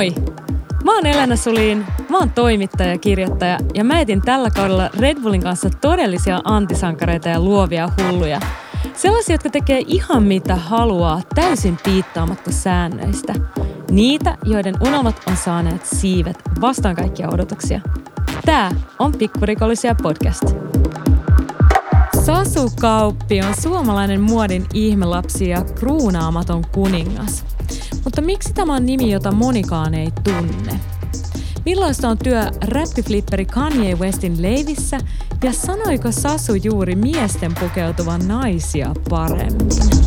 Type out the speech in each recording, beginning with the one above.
Moi! Mä oon Elena Sulin, mä oon toimittaja ja kirjoittaja ja mä etin tällä kaudella Red Bullin kanssa todellisia antisankareita ja luovia hulluja. Sellaisia, jotka tekee ihan mitä haluaa täysin piittaamatta säännöistä. Niitä, joiden unelmat on saaneet siivet vastaan kaikkia odotuksia. Tää on Pikkurikollisia podcast. Sasu Kauppi on suomalainen muodin ihmelapsi ja kruunaamaton kuningas. Mutta miksi tämä on nimi, jota monikaan ei tunne? Millaista on työ räppiflipperi Kanye Westin leivissä ja sanoiko Sasu juuri miesten pukeutuvan naisia paremmin?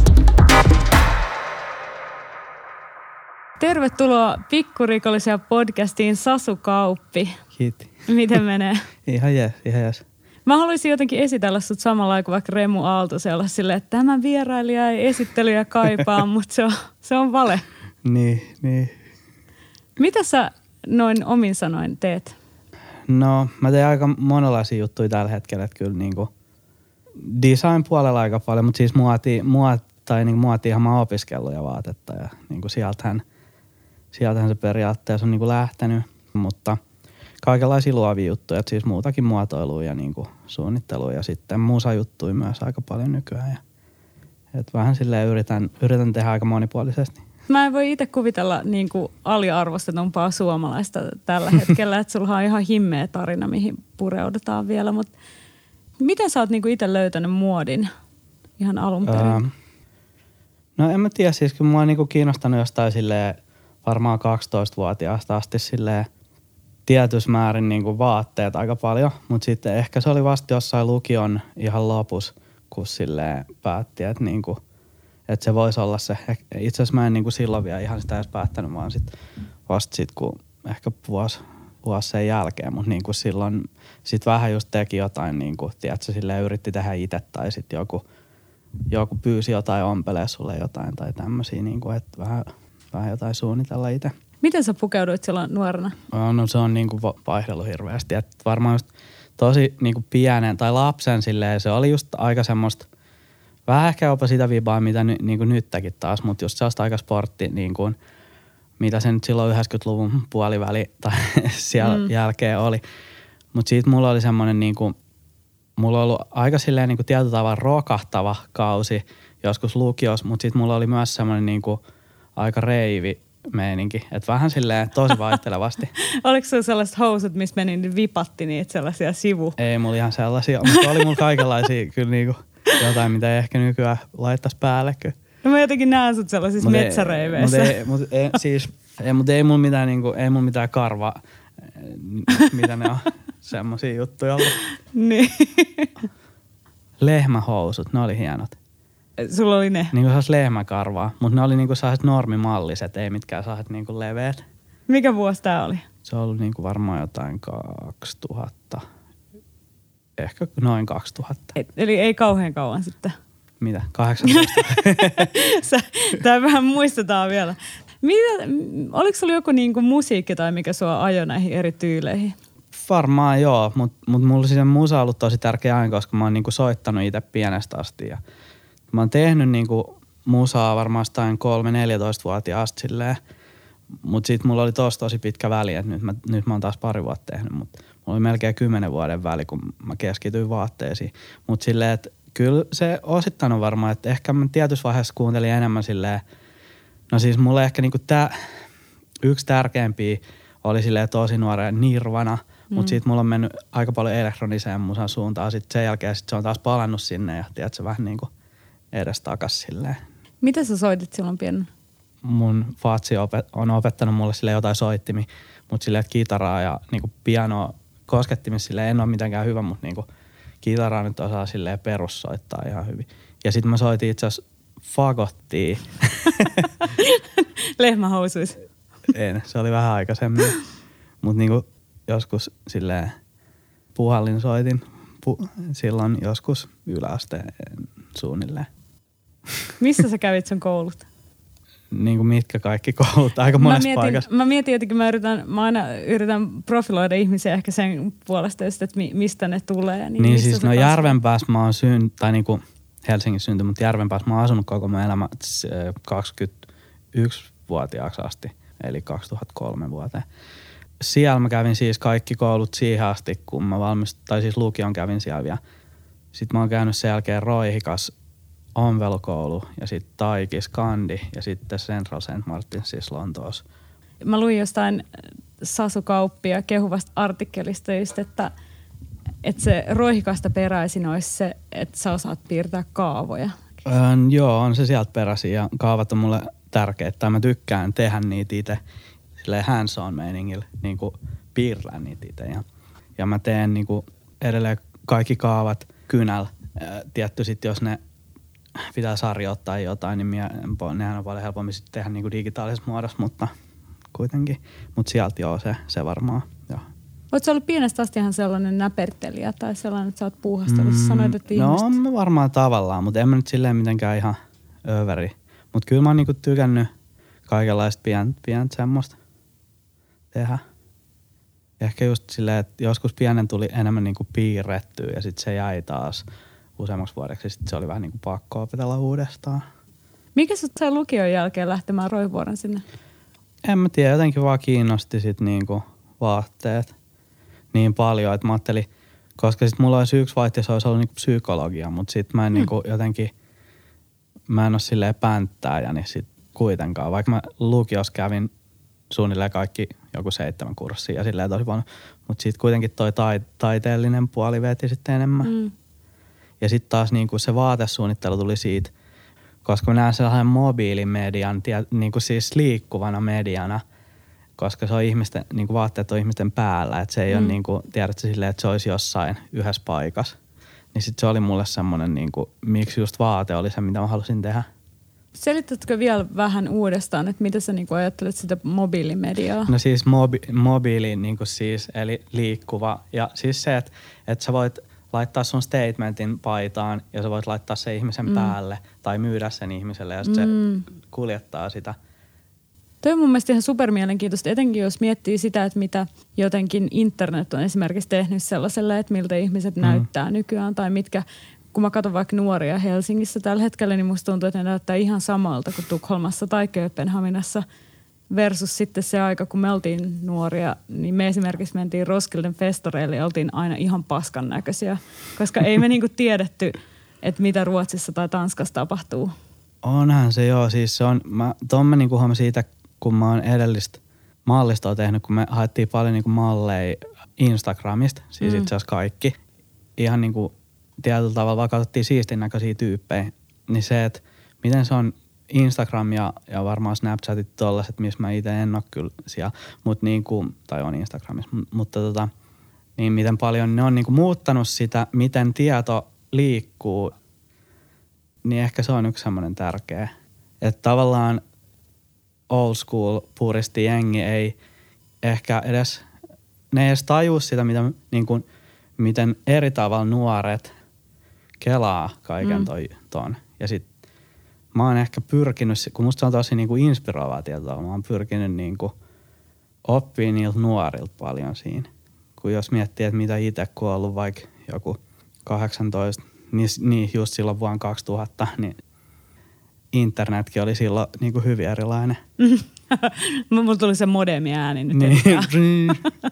Tervetuloa Pikkurikollisia podcastiin Sasu Kauppi. Kiitti. Miten menee? Ihan jees. Mä haluaisin jotenkin esitellä sut samalla lailla kuin vaikka Remu Aaltosella silleen, että tämä vierailija ei esittelyjä kaipaa, mutta se on vale. Niin. Mitä sä noin omin sanoin teet? No, mä teen aika monenlaisia juttuja tällä hetkellä, että kyllä niinku design-puolella aika paljon, mutta siis muotiinhan mä oon opiskellut ja vaatetta ja niinku sieltähän se periaatteessa on niinku lähtenyt, mutta kaikenlaisia luovia juttuja, että siis muutakin muotoilua ja niinku suunnittelua ja sitten musajuttuja myös aika paljon nykyään. Ja, et vähän silleen yritän tehdä aika monipuolisesti. Mä en voi itse kuvitella niin kuin aliarvostetumpaa suomalaista tällä hetkellä, että sulla on ihan himmeä tarina, mihin pureudutaan vielä, mutta miten sä oot niin kuin itse löytänyt muodin ihan alun perin? No en mä tiedä, siis kun mua on niin kuin kiinnostanut jostain silleen varmaan 12-vuotiaasta asti silleen tietyssä määrin niin kuin vaatteet aika paljon, mutta sitten ehkä se oli vasta jossain lukion ihan lopussa, kun silleen päätti, että niinku että se voisi olla se. Itse asiassa mä en niinku silloin vielä ihan sitä edes päättänyt, vaan vasta sit kun ehkä vuosi sen jälkeen, mutta niinku silloin sit vähän just teki jotain, niinku, tiedätkö, silleen yritti tehdä itse tai sitten joku pyysi jotain ompelee sulle jotain tai tämmöisiä, niinku, että vähän jotain suunnitella itse. Miten sä pukeuduit silloin nuorena? No se on niinku vaihdellut hirveästi, että varmaan just tosi niinku pienen tai lapsen silleen se oli just aika semmoista vähän ehkä jopa sitä vibaa, mitä niinku nyttäkin taas, mutta just sellaista aika sportti, niin kuin, mitä se nyt silloin 90-luvun puoliväli tai siellä jälkeen oli. Mutta siitä mulla oli semmoinen, niinku, mulla on ollut aika silleen niinku tietyllä tavalla rokahtava kausi joskus lukios, mutta sitten mulla oli myös semmoinen niinku aika reivi meininki, että vähän silleen tosi vaihtelevasti. Oliko se sellaiset housut, missä meni niin vipatti niitä sellaisia Ei mulla ihan sellaisia, mutta oli mulla kaikenlaisia kyllä niinku jotain, mitä ei ehkä nykyään laittaisi päälle. No mä jotenkin näen sut sellaisissa metsäreiveissä. Mutta ei mulla mitään karvaa, mitä ne on semmosia juttuja ollut. Niin. Lehmähousut, ne oli hienot. Sulla oli ne? Niinku sellaiset lehmäkarvaa, mutta ne oli niinku sellaiset normimalliset, ei mitkään sellaiset niinku leveät. Mikä vuosi tää oli? Se on ollut niinku varmaan jotain 2000. Ehkä noin 2000. Eli ei kauhean kauan sitten. Mitä? 18? Tää vähän muistetaan vielä. Oliko sulla joku niinku musiikki tai mikä sua ajoi näihin eri tyyleihin? Varmaan joo, mutta mulla siis musa on ollut tosi tärkeä aina, koska mä oon niinku soittanut itse pienestä asti. Ja mä oon tehnyt niinku musaa varmaan 3-14-vuotiaasta silleen. Mutta sit mulla oli tosi pitkä väli, että nyt mä oon taas pari vuotta tehnyt, mutta mulla oli melkein 10 vuoden väli, kun mä keskityin vaatteisiin. Mutta silleen, että kyllä se osittain on varmaan, että ehkä mä tietyssä vaiheessa kuuntelin enemmän silleen, no siis mulle ehkä niinku yksi tärkeimpiä oli silleen tosi nuorea Nirvana, mutta sit mulla on mennyt aika paljon elektroniseen musan suuntaan. Sitten sen jälkeen se on taas palannut sinne ja tiedätkö vähän niinku edes takas silleen. Mitä sä soitit silloin pienen? Mun vaatsi on opettanut mulle sille jotain soittimia, mutta silleen, että kitaraa ja niinku pianoa koskettimissa silleen en ole mitenkään hyvä, mutta niinku kitaraa nyt osaa silleen perussoittaa ihan hyvin. Ja sit mä soitin itse asiassa fagottia. Lehmähousuissa. En, se oli vähän aikaisemmin. Mutta niinku joskus silleen puhallin soitin silloin joskus yläasteen suunnilleen. Missä sä kävit sun koulut? Niin kuin mitkä kaikki koulut, aika monessa paikassa. Mä mietin jotenkin, mä aina yritän profiloida ihmisiä ehkä sen puolesta, että mistä ne tulee. Niin siis no Järvenpäässä mä oon tai niinku Helsingissä syntynyt, mutta Järvenpäässä mä oon asunut koko mun elämä 21-vuotiaaksi asti. eli 2003 vuoteen. Siellä mä kävin siis kaikki koulut siihen asti, kun mä siis lukion kävin siellä vielä. Sitten mä oon käynyt sen jälkeen Roihikas omvelukoulu ja sitten Taikis Kandi ja sitten Central St. Martins siis Lontoossa. Mä luin jostain Sasu Kauppia kehuvasta artikkelista just, että se Roihikasta peräisin olisi se, että sä osaat piirtää kaavoja. Joo, on se sieltä peräisin ja kaavat on mulle tärkeitä. Tai mä tykkään tehdä niitä itse silleen hands-on meiningillä, niin kuin piirrää niitä itse. Ja mä teen niin kuin edelleen kaikki kaavat kynällä. Tietty sitten, jos ne pitää sarjoittaa jotain, niin nehän on paljon helpommin sitten tehdä niin kuin digitaalisessa muodossa, mutta kuitenkin. Mutta sieltä joo, se varmaan, joo. Oletko ollut pienestä asti ihan sellainen näpertelijä tai sellainen, että sä oot puuhastellut? Sanoit, että ihmiset... No varmaan tavallaan, mutta en mä nyt silleen mitenkään ihan överi. Mutta kyllä mä oon niinku tykännyt kaikenlaista pientä semmoista tehdä. Ehkä just silleen, että joskus pienen tuli enemmän niinku piirrettyä ja sitten se jäi taas useammaksi vuodeksi. Sitten se oli vähän niinku pakko opetella uudestaan. Mikä sut sai lukion jälkeen lähtemään Roivuoren sinne? En mä tiedä, jotenkin vaan kiinnosti sit niinku vaatteet niin paljon, että mä ajattelin, koska sit mulla olisi yksi vaihtoehto, se olisi ollut niinku psykologia, mutta sit mä en niinku jotenkin, mä en ole silleen pänttääjä, niin sit kuitenkaan. Vaikka mä lukiossa kävin suunnilleen kaikki joku 7 kurssia ja silleen tosi paljon, mutta sit kuitenkin toi taiteellinen puoli veti sitten enemmän. Ja sit taas niinku se vaatesuunnittelu tuli siitä, koska mä näen sellainen mobiilimedian, niinku siis liikkuvana mediana, koska se on ihmisten, niin kuin vaatteet on ihmisten päällä, että se ei ole niin kuin, tiedätkö silleen, että se olisi jossain yhdessä paikassa. Niin sitten se oli mulle semmoinen, niin kuin, miksi just vaate oli se, mitä mä halusin tehdä. Selitätkö vielä vähän uudestaan, että mitä sä niin kuin ajattelet sitä mobiilimediaa? No siis mobiili niin kuin siis, eli liikkuva. Ja siis se, että sä voit laittaa sun statementin paitaan ja sä voit laittaa sen ihmisen päälle tai myydä sen ihmiselle ja sitten se kuljettaa sitä. Toi on mun mielestä ihan supermielenkiintoista, etenkin jos miettii sitä, että mitä jotenkin internet on esimerkiksi tehnyt sellaiselle, että miltä ihmiset näyttää nykyään tai mitkä, kun mä katson vaikka nuoria Helsingissä tällä hetkellä, niin musta tuntuu, että ne näyttää ihan samalta kuin Tukholmassa tai Kööpenhaminassa versus sitten se aika, kun me oltiin nuoria, niin me esimerkiksi mentiin Roskilden festareille ja oltiin aina ihan paskan näköisiä, koska ei me niinku tiedetty, että mitä Ruotsissa tai Tanskassa tapahtuu. Onhan se joo, siis se on, mä niinku huomasin siitä, kun mä oon edellistä mallistoa tehnyt, kun me haettiin paljon niinku malleja Instagramista, siis itse asiassa kaikki. Ihan niinku tietyllä tavalla vaan katsottiin siistin näköisiä tyyppejä. Niin se, että miten se on Instagram ja varmaan Snapchatit tollaset, missä mä itse en ole kyllä siellä, mutta niinku, tai on Instagramissa, mutta niin miten paljon ne on niinku muuttanut sitä, miten tieto liikkuu, niin ehkä se on yksi semmoinen tärkeä. Että tavallaan old school puristi jengi ei ehkä edes, ne ei edes tajua sitä, miten eri tavalla nuoret kelaa kaiken ton. Ja sit mä oon ehkä pyrkinyt, kun musta se on tosi niinku inspiroivaa tietoa, mä oon pyrkinyt niinku oppimaan niiltä nuorilta paljon siinä. Kun jos miettii, että mitä itse kun on ollut vaikka joku 18, niin just silloin vuonna 2000, niin internetkin oli silloin niinku hyvin erilainen. Mulla tuli se modemi-ääni nyt. Niin.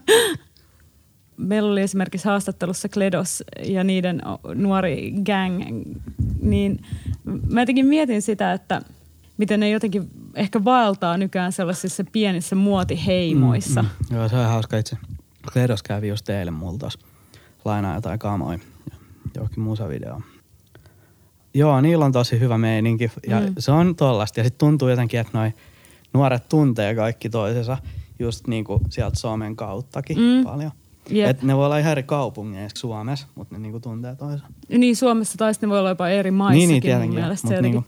Meillä oli esimerkiksi haastattelussa Kledos ja niiden nuori gang, niin mä jotenkin mietin sitä, että miten ne jotenkin ehkä vaeltaa nykyään sellaisissa pienissä muotiheimoissa. Joo, se on hauska itse. Kledos kävi just eilen mulla tuossa lainaa jotain kamoja johonkin musavideoon. Joo, niillä on tosi hyvä meininki ja se on tollasta. Ja sitten tuntuu jotenkin, että noi nuoret tuntee kaikki toisensa just niinku sieltä somen kauttakin paljon. Yep. Että ne voi olla ihan eri kaupungeissa Suomessa, mutta ne niinku tuntee toisensa. Niin, Suomessa tai ne voi olla jopa eri maissakin niin, mun mielestä.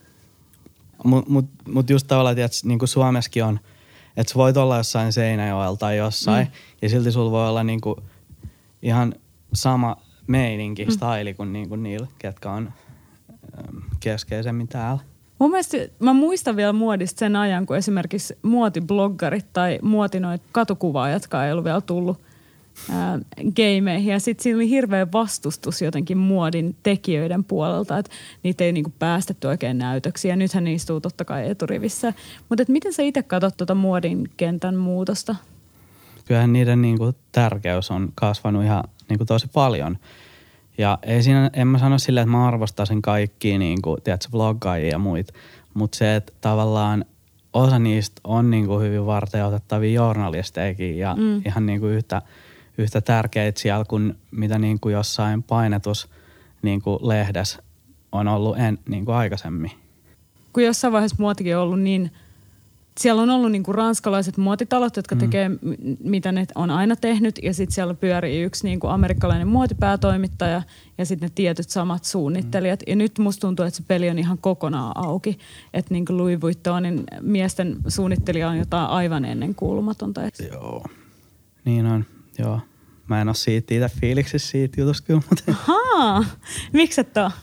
Mut just tavallaan, että niinku Suomessakin on, että sä voit olla jossain Seinäjoella tai jossain ja silti sulla voi olla niinku ihan sama meininki, staili kuin niinku niillä, ketkä on keskeisemmin täällä. Mun mielestä mä muistan vielä muodista sen ajan, kun esimerkiksi muotibloggarit tai muotinoit katukuvaajatkaan ei ollut vielä tullut. gameihin. Ja sitten siinä oli hirveä vastustus jotenkin muodin tekijöiden puolelta, että niitä ei niinku päästetty oikein näytöksiä. Ja nythän ne istuu totta kai eturivissä. Mutta miten sä itse katsot tuota muodin kentän muutosta? Kyllähän niiden niinku tärkeys on kasvanut ihan niinku tosi paljon. Ja ei siinä, en mä sano silleen, että mä arvostaisin kaikkia niinku, tiedätkö, vloggaajia ja muita. Mutta se, että tavallaan osa niistä on niinku hyvin varteenotettavia journalisteikin ja ihan niinku yhtä tärkeitä siellä kuin mitä niinku jossain painetus niinku lehdessä on ollut niinku aikaisemmin. Kun jossain vaiheessa muotikin on ollut niin, siellä on ollut niinku ranskalaiset muotitalot, jotka tekee mitä ne on aina tehnyt ja sitten siellä pyörii yksi niinku amerikkalainen muotipäätoimittaja ja sitten ne tietyt samat suunnittelijat. Ja nyt musta tuntuu, että se peli on ihan kokonaan auki. Että niinku Louis Vuittonin miesten suunnittelija on jotain aivan ennenkuulumatonta. Joo, niin on, joo. Mä en ole siitä itse fiiliksissä siitä jutusta kyllä, mutta... Ahaa, miksi et ole?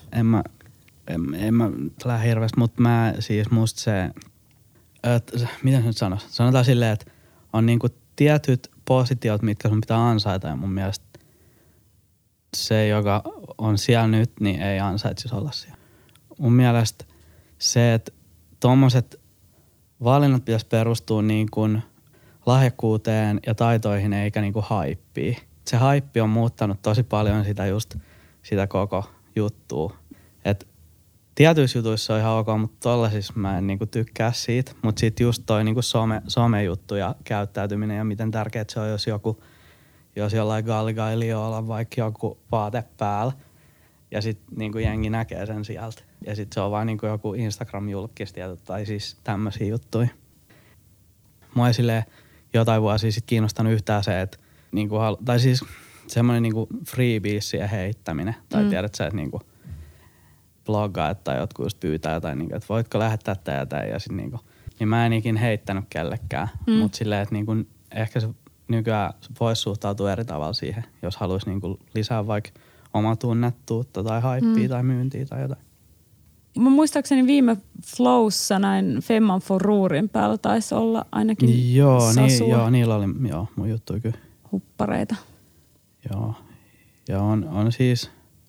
En mä lähde hirveästi, mutta mä siis musta se... Miten nyt sanoisi? Sanotaan silleen, että on niinku tietyt positiot, mitkä sun pitää ansaita ja mun mielestä se, joka on siellä nyt, niin ei ansaitsisi olla siellä. Mun mielestä se, että tommoset valinnat pitäisi perustua niin kuin lahjakkuuteen ja taitoihin eikä niin kuin haippiin. Se haippi on muuttanut tosi paljon sitä koko juttua. Et tietyissä jutuissa on ihan ok, mutta tollasissa mä en niinku tykkää siitä. Mutta sitten just toi niinku some-juttu ja käyttäytyminen ja miten tärkeää se on, jos jollain galligailiolla on vaikka joku vaate päällä ja sitten niinku jengi näkee sen sieltä. Ja sitten se on vaan niinku joku Instagram-julkkistieto tai siis tämmöisiä juttuja. Mua ei silleen jotain vuosia sitten kiinnostanut yhtään se, että niinku, tai siis semmoinen niinku freebiesien heittäminen. Tai tiedät sä, että niinku bloggaa tai jotkut just pyytää jotain, niinku, että voitko lähettää tätä ja sitten niinku, niin mä en ikin heittänyt kellekään. Mutta silleen, että niinku, ehkä se nykyään voisi suhtautua eri tavalla siihen, jos haluaisi niinku lisää vaikka omaa tunnettuutta tai haippia tai myyntiä tai jotain. Mä muistaakseni viime Flowssa näin Femman Forurin päällä taisi olla ainakin Joo, niillä oli mun juttuja kyllä. Huppareita. Joo, ja on siis,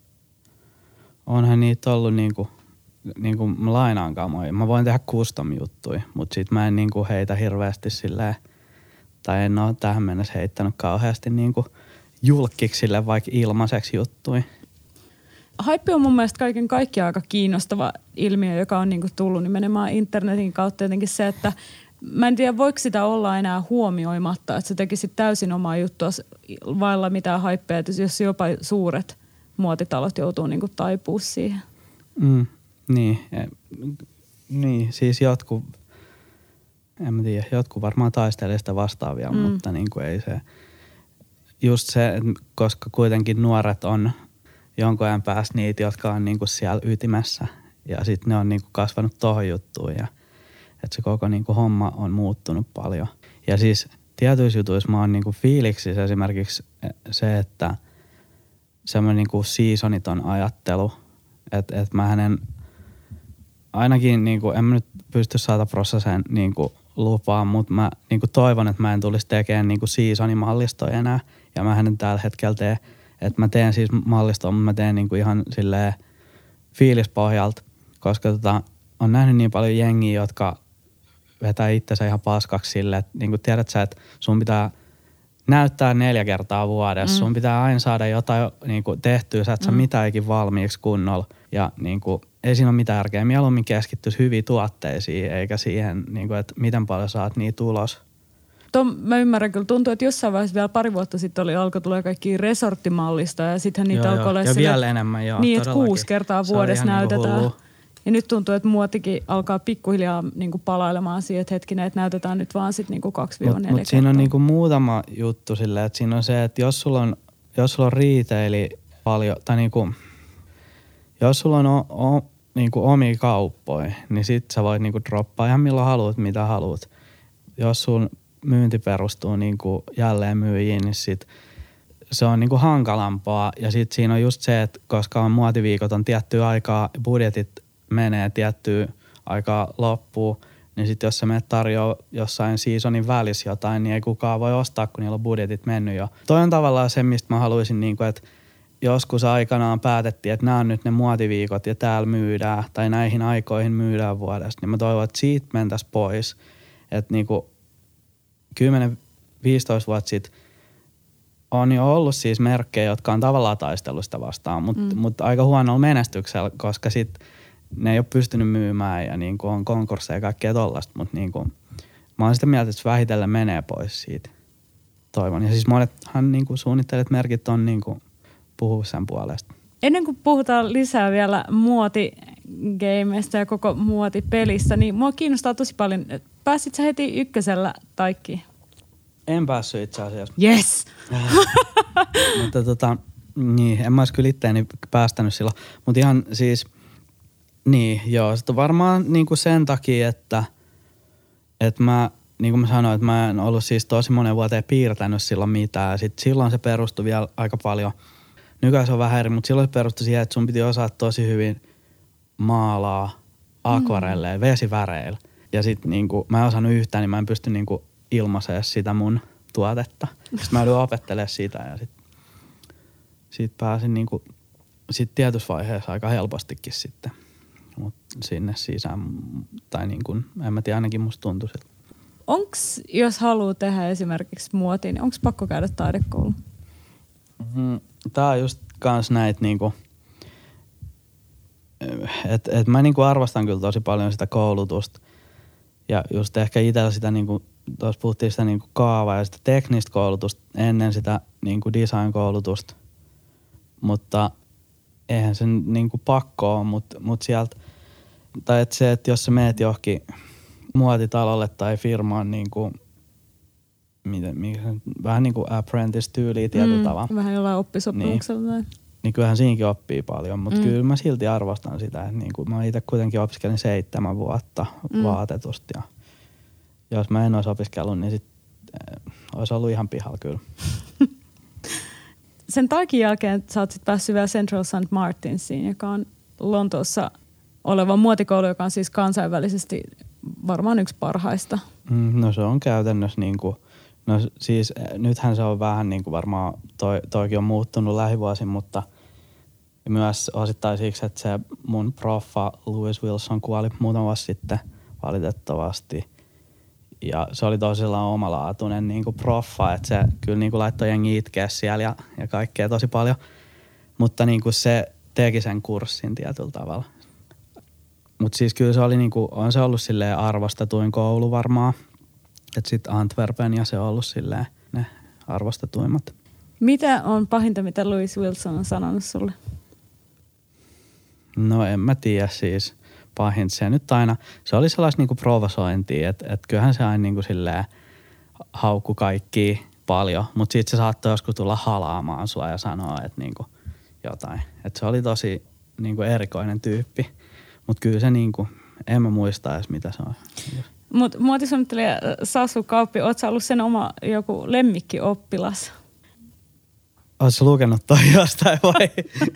onhan niitä ollut niinku mä lainaan kamoja. Mä voin tehdä custom-juttuja, mutta sit mä en niinku heitä hirveästi silleen, tai en oo tähän mennessä heittänyt kauheasti niinku julkkiksille vaikka ilmaiseksi juttuja. Haippi on mun mielestä kaiken kaikkiaan aika kiinnostava ilmiö, joka on niinku tullut nimenomaan internetin kautta jotenkin se, että mä en tiedä voiko sitä olla enää huomioimatta, että sä tekisit täysin omaa juttua vailla mitään haippia, että jos jopa suuret muotitalot joutuu niinku taipuu siihen. Niin, siis jotkut varmaan taistelee sitä vastaavia, mutta niinku ei se, just se, koska kuitenkin nuoret on jonkun ajan päästä niitä, jotka on niinku siellä ytimessä ja sitten ne on niinku kasvanut tohon juttuun ja että se koko niinku homma on muuttunut paljon. Ja siis tietyissä jutuissa mä oon niinku fiiliksissä esimerkiksi se, että semmoinen niinku seasoniton ajattelu, että mä hänen ainakin niinku, en mä nyt pysty 100% niinku lupaan, mutta mä niinku toivon, että mä en tulisi tekemään niinku seasonimallistoja enää ja mä hänen tällä hetkellä teen. Että mä teen siis mallistoa, mutta mä teen niinku ihan silleen fiilispohjalta, koska on nähnyt niin paljon jengiä, jotka vetää itsensä ihan paskaksi silleen, että niinku tiedät sä, että sun pitää näyttää 4 kertaa vuodessa, sun pitää aina saada jotain niinku tehtyä, sä et saa mitääkin valmiiksi kunnolla ja niinku ei siinä ole mitään järkeä. Mieluummin keskittyisi hyviin tuotteisiin eikä siihen, niinku, että miten paljon saat niitä ulos. Mä ymmärrän kyllä. Tuntuu, että jossain vaiheessa vielä pari vuotta sitten alkoi tulla kaikkia resorttimallista ja sittenhän niitä alkoi olla ja vielä enemmän, joo. Niin, että 6 kertaa vuodessa näytetään. Niinku ja nyt tuntuu, että muotikin alkaa pikkuhiljaa niinku palailemaan siihen, että hetkinen, että näytetään nyt vaan sitten niinku 2-4 kertaa. Mutta siinä on niinku muutama juttu silleen, että siinä on se, että jos sulla on retaili paljon, tai niinku, jos sulla on niinku omia kauppoja, niin sit sä voit niinku droppaa ihan milloin haluat, mitä haluat. Jos sun myynti perustuu niinku jälleen myyjiin, niin sit se on niinku hankalampaa. Ja sit siinä on just se, että koska on muotiviikot on tiettyä aikaa, budjetit menee tiettyä aikaa loppuun, niin sitten jos sä menet tarjoaa jossain seasonin välissä jotain, niin ei kukaan voi ostaa, kun niillä on budjetit mennyt jo. Toi on tavallaan se, mistä mä haluaisin, niin kuin, että joskus aikanaan päätettiin, että nämä on nyt ne muotiviikot ja täällä myydään tai näihin aikoihin myydään vuodesta, niin mä toivon, että siitä mentäisiin pois. Että niinku 10-15 vuotta sitten on jo ollut siis merkkejä, jotka on tavallaan taistellut sitä vastaan, mutta aika huonolla menestyksellä, koska sitten ne ei ole pystynyt myymään ja niinku on konkursseja ja kaikkea tollaista, mutta niinku, mä oon sitä mieltä, että se vähitellen menee pois siitä. Toivon. Ja siis monethan niinku suunnittelijat merkit on niinku puhuu sen puolesta. Ennen kuin puhutaan lisää vielä muotigameista ja koko muotipelissä, niin mua kiinnostaa tosi paljon. Pääsit sä heti ykkösellä taikkiin? En päässyt itse asiassa. Yes! Mutta niin, en mä olisi kyllä itteeni päästänyt silloin. Mutta ihan siis, niin joo, sitten varmaan niinku sen takia, että mä, niin kuin mä sanoin, että mä en ollut siis tosi monen vuoteen piirtänyt silloin mitään. Sitten silloin se perustui vielä aika paljon. Nykyään se on vähän eri, mutta silloin se perustui siihen, että sun piti osaa tosi hyvin maalaa akvarelleen, vesiväreillä. Ja sitten niinku, mä en osannut yhtään, niin mä en pysty niinku ilmaisemaan sitä mun tuotetta. Sitten mä joudun opettelemaan sitä ja sit pääsin niinku, sit tietyssä vaiheessa aika helpostikin sitten mut sinne sisään. Tai niinku, en mä tiedä, ainakin musta tuntui siltä. Onks, jos haluaa tehdä esimerkiksi muotia, niin onks pakko käydä taidekoulu? Tää on just kans näitä niinku, että mä niinku arvostan kyllä tosi paljon sitä koulutusta. Ja just ehkä itsellä sitä niinku, tuossa puhuttiin sitä niinku kaavaa ja sitä teknistä koulutusta ennen sitä niinku design-koulutusta. Mutta eihän se niinku pakko ole, mut sieltä, tai että se, että jos sä meet johonkin muotitalolle tai firmaan niinku, vähän niin kuin apprentice-tyyliä tietyllä tavalla. Vähän jollain oppisopimuksella. Niin kyllähän siinäkin oppii paljon, mutta kyllä mä silti arvostan sitä, että niin kuin mä itse kuitenkin opiskelin 7 vuotta vaatetusta ja jos mä en olisi opiskellut, niin sit olisi ollut ihan pihalla kyllä. Sen taikin jälkeen sä oot sit päässyt vielä Central St. Martinsiin, joka on Lontoossa oleva muotikoulu, joka on siis kansainvälisesti varmaan yksi parhaista. No se on käytännössä niinku, no siis nythän se on vähän niinku varmaan, toikin on muuttunut lähivuosin, mutta myös osittain siksi, että se mun proffa Louis Wilson kuoli muutama vuosi sitten valitettavasti. Ja se oli tosiaan omalaatuinen niinku proffa, että se kyllä niinku laittoi jengi itkeä siellä ja kaikkea tosi paljon. Mutta niinku se teki sen kurssin tietyllä tavalla. Mutta siis kyllä se oli niinku, on se ollut silleen arvostetuin koulu varmaan. Että sit Antwerpen ja se on ollut silleen ne arvostetuimmat. Mitä on pahinta, mitä Louis Wilson on sanonut sulle? No en mä tiedä siis pahinta. Se nyt aina, se oli sellaista niinku provosointia, että kyllähän se aina niinku silleen haukku kaikkia paljon. Mutta sit se saattoi joskus tulla halaamaan sua ja sanoa, että niinku jotain. Että se oli tosi niinku erikoinen tyyppi. Mutta kyllä se niinku, en mä muista edes mitä se on. Mutta muotisuunnittelija Sasu Kauppi, oot sä ollut sen oma joku lemmikkioppilas? Ootko lukenut toi jostain vai?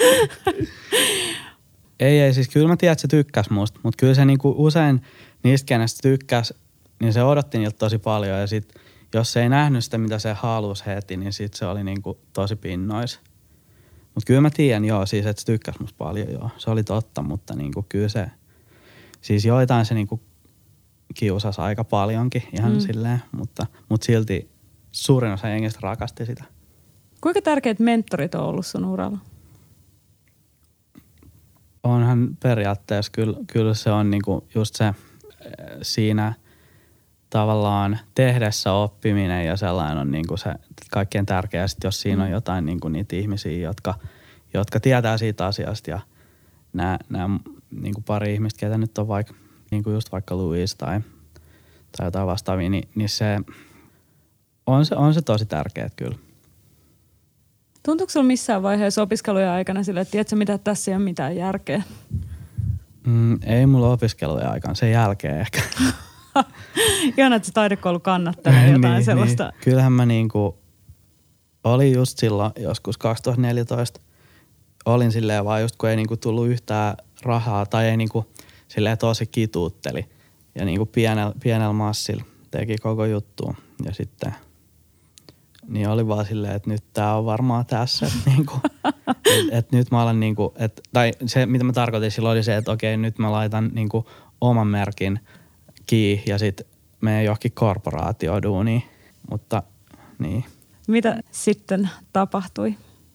Ei, siis kyllä mä tiedän, että se tykkäs musta, mutta kyllä se niinku usein niistä, kenestä tykkäs, niin se odotti niiltä tosi paljon ja sit jos se ei nähnyt sitä, mitä se halusi heti, niin sit se oli niinku tosi pinnois. Mutta kyllä mä tiedän, joo, siis että se tykkäs musta paljon, joo. Se oli totta, mutta niinku kyllä se, siis joitain se niinku kiusasi aika paljonkin ihan silleen, mutta silti suurin osa jengistä rakasti sitä. Kuinka tärkeät mentorit on ollut sun uralla? Onhan periaatteessa, kyllä se on niinku just se siinä tavallaan tehdessä oppiminen ja sellainen on niinku se kaikkein tärkeä. Sitten jos siinä on jotain niinku niitä ihmisiä, jotka tietää siitä asiasta ja nämä niinku pari ihmistä, ketä nyt on vaikka niinku just vaikka Louis tai jotain vastaavia, niin se on se tosi tärkeää kyllä. Tuntuuko sinulla missään vaiheessa opiskelujen aikana sille, että tiedätkö mitä, tässä ei ole mitään järkeä? Ei mulla opiskelujen aikana, sen jälkeen ehkä. Ihan, että se taidekoulu kannattelee jotain sellaista. Niin. Kyllähän mä niinku, olin just silloin joskus 2014, olin silleen vaan just kun ei niinku tullut yhtään rahaa tai ei niinku silleen tosi kituutteli. ja niinku pienellä massilla teki koko juttu. Ja sitten niin oli vaan silleen, että nyt tää on varmaan tässä. Että niinku, et nyt mä alan niinku, tai se mitä mä tarkoitin silloin oli se, että okei nyt mä laitan niinku oman merkin kiinni ja sit menen johonkin korporaatioduuniin. Mutta niin. Mitä sitten tapahtui?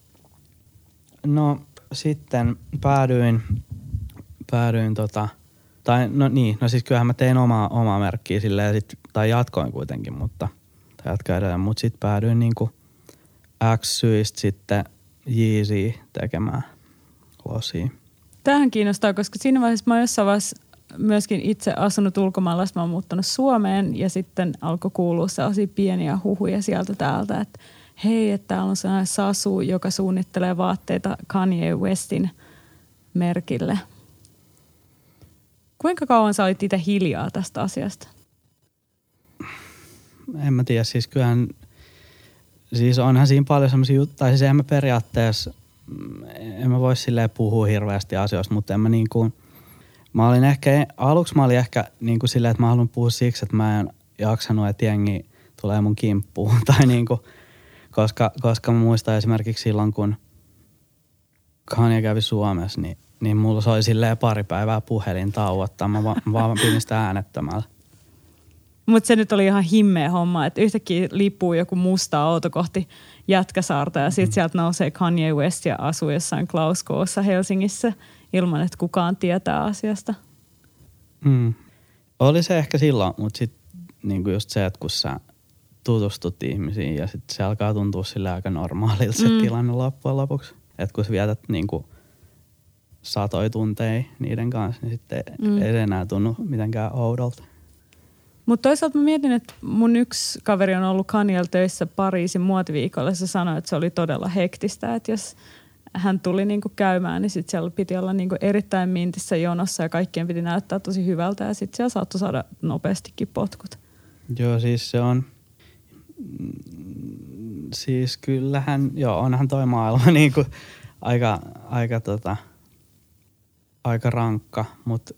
No sitten päädyin siis kyllähän mä tein omaa merkkiä silleen tai jatkoin kuitenkin, mutta sit päädyin niinku X-syistä sitten Yeezy tekemään losia. Tämähän kiinnostaa, koska siinä vaiheessa mä oon jossain vaiheessa myöskin itse asunut ulkomailla, mä oon muuttanut Suomeen ja sitten alkoi kuulua sellaisia pieniä huhuja sieltä täältä, että hei, että täällä on sellainen Sasu, joka suunnittelee vaatteita Kanye Westin merkille. Kuinka kauan sä olit itse hiljaa tästä asiasta? En mä tiedä, siis kyllähän, siis onhan siinä paljon semmoisia juttuja, tai siis en mä periaatteessa, en mä voi silleen puhua hirveästi asioista, mutta en mä niinku, aluksi mä olin ehkä niinku silleen, että mä haluan puhua siksi, että mä en jaksanut, että jengi tulee mun kimppuun, tai niinku, koska mä muistan esimerkiksi silloin, kun Kanye kävi Suomessa, niin mulla soi silleen pari päivää puhelin tauottaa, mä vaan pidin sitä äänettömällä. Mutta se nyt oli ihan himmeä homma, että yhtäkkiä lippuu joku musta auto kohti Jätkäsaarta ja sitten sieltä nousee Kanye West ja asuu jossain Klauskoossa Helsingissä ilman, että kukaan tietää asiasta. Oli se ehkä silloin, mutta sitten niinku just se, että kun sä tutustut ihmisiin ja sitten se alkaa tuntua sille aika normaalilta se tilanne loppujen lopuksi. Että kun sä vietät niinku satoja tunteja niiden kanssa, niin sitten ei se enää tunnu mitenkään oudolta. Mutta toisaalta mä mietin, että mun yksi kaveri on ollut Kanyella töissä Pariisin muotiviikolla. Se sanoi, että se oli todella hektistä, että jos hän tuli niinku käymään, niin sitten siellä piti olla niinku erittäin mintissä jonossa ja kaikkien piti näyttää tosi hyvältä ja sitten siellä saattoi saada nopeastikin potkut. Joo, siis se on, siis kyllähän, onhan toi maailma niinku aika rankka, mutta